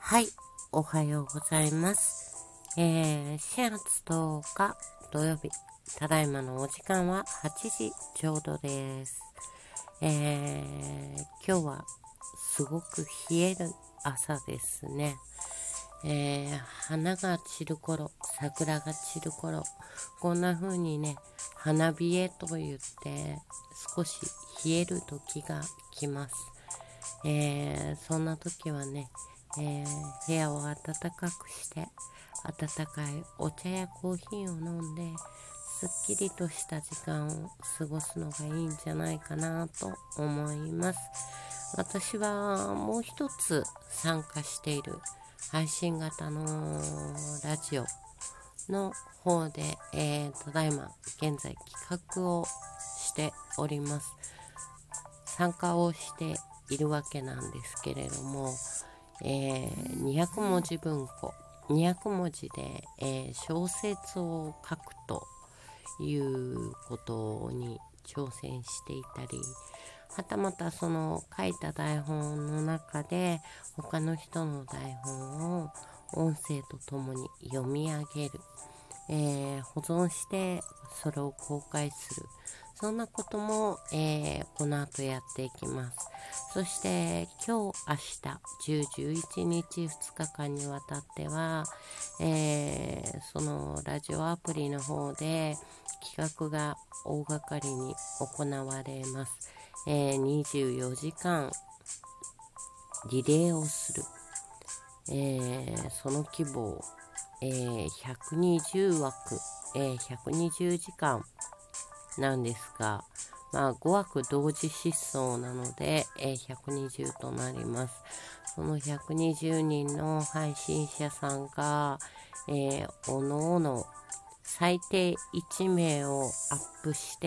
はい、おはようございます。4月10日土曜日、ただいまのお時間は8時ちょうどです。今日はすごく冷える朝ですね。花が散る頃、桜が散る頃、こんな風にね、花冷えと言って少し冷える時が来ます。そんな時はね、部屋を暖かくして温かいお茶やコーヒーを飲んですっきりとした時間を過ごすのがいいんじゃないかなと思います。私はもう一つ参加している配信型のラジオの方で、ただいま現在企画をしております。参加をしているわけなんですけれども、200文字文庫200文字で、小説を書くということに挑戦していたり、はたまたその書いた台本の中で他の人の台本を音声とともに読み上げる、保存してそれを公開する、そんなことも、この後やっていきます。そして今日、明日、10、11日、2日間にわたっては、そのラジオアプリの方で企画が大掛かりに行われます。24時間リレーをする、その規模を、120枠、120時間なんですが、5枠同時失踪なので、120となります。その120人の配信者さんが、おのおの最低1名をアップして、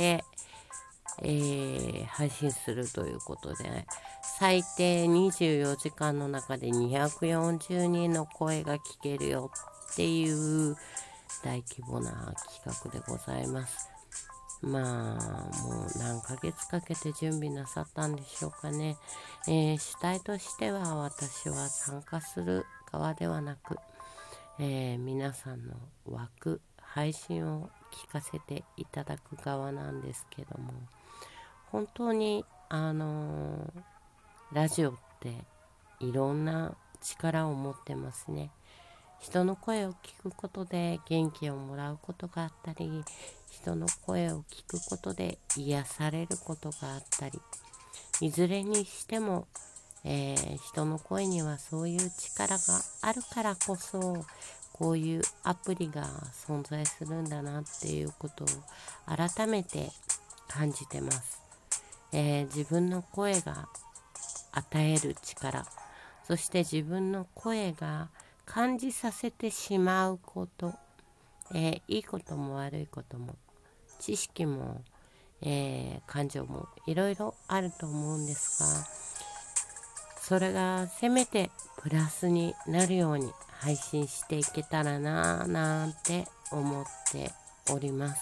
配信するということで、最低24時間の中で240人の声が聞けるよっていう大規模な企画でございます。もう何ヶ月かけて準備なさったんでしょうかね。主体としては私は参加する側ではなく、皆さんの枠配信を聞かせていただく側なんですけども、本当にラジオっていろんな力を持ってますね。人の声を聞くことで元気をもらうことがあったり、人の声を聞くことで癒されることがあったり、いずれにしても、人の声にはそういう力があるからこそ、こういうアプリが存在するんだなっていうことを改めて感じてます。自分の声が与える力、そして自分の声が感じさせてしまうこと、いいことも悪いことも知識も、感情もいろいろあると思うんですが、それがせめてプラスになるように配信していけたらなぁなんて思っております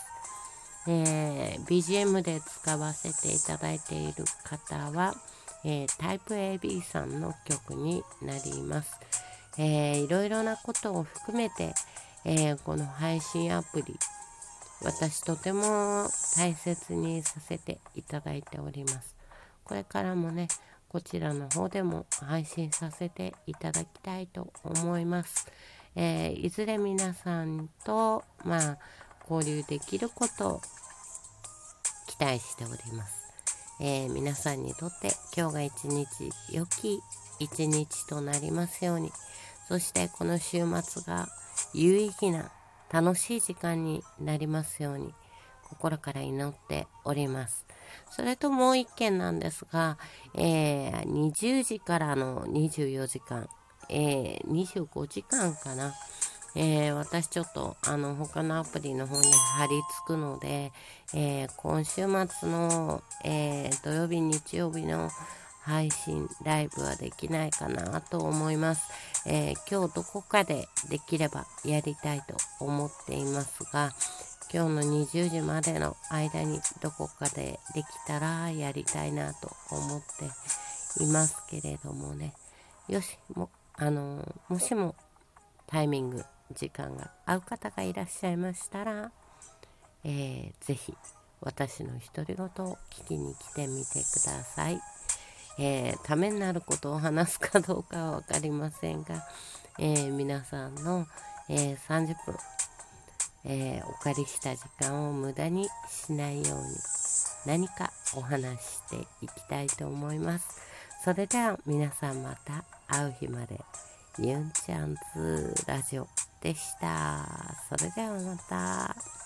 。BGM で使わせていただいている方は、タイプ AB さんの曲になります。いろいろなことを含めて、この配信アプリ、私とても大切にさせていただいております。これからもね、こちらの方でも配信させていただきたいと思います。いずれ皆さんと、交流できることを期待しております。皆さんにとって今日が一日良き一日となりますように、そしてこの週末が有意義な楽しい時間になりますように心から祈っております。それともう一件なんですが、20時からの24時間、25時間かな。私ちょっと他のアプリの方に貼り付くので、今週末の、土曜日日曜日の配信ライブはできないかなと思います。今日どこかでできればやりたいと思っていますが、今日の20時までの間にどこかでできたらやりたいなと思っていますけれどもね。よし、もうもしもタイミング時間が合う方がいらっしゃいましたら、ぜひ私の独り言を聞きに来てみてください。ためになることを話すかどうかは分かりませんが、皆さんの、30分、お借りした時間を無駄にしないように何かお話ししていきたいと思います。それでは皆さんまた会う日まで。ゆんちゃんズラジオでした。それではまた。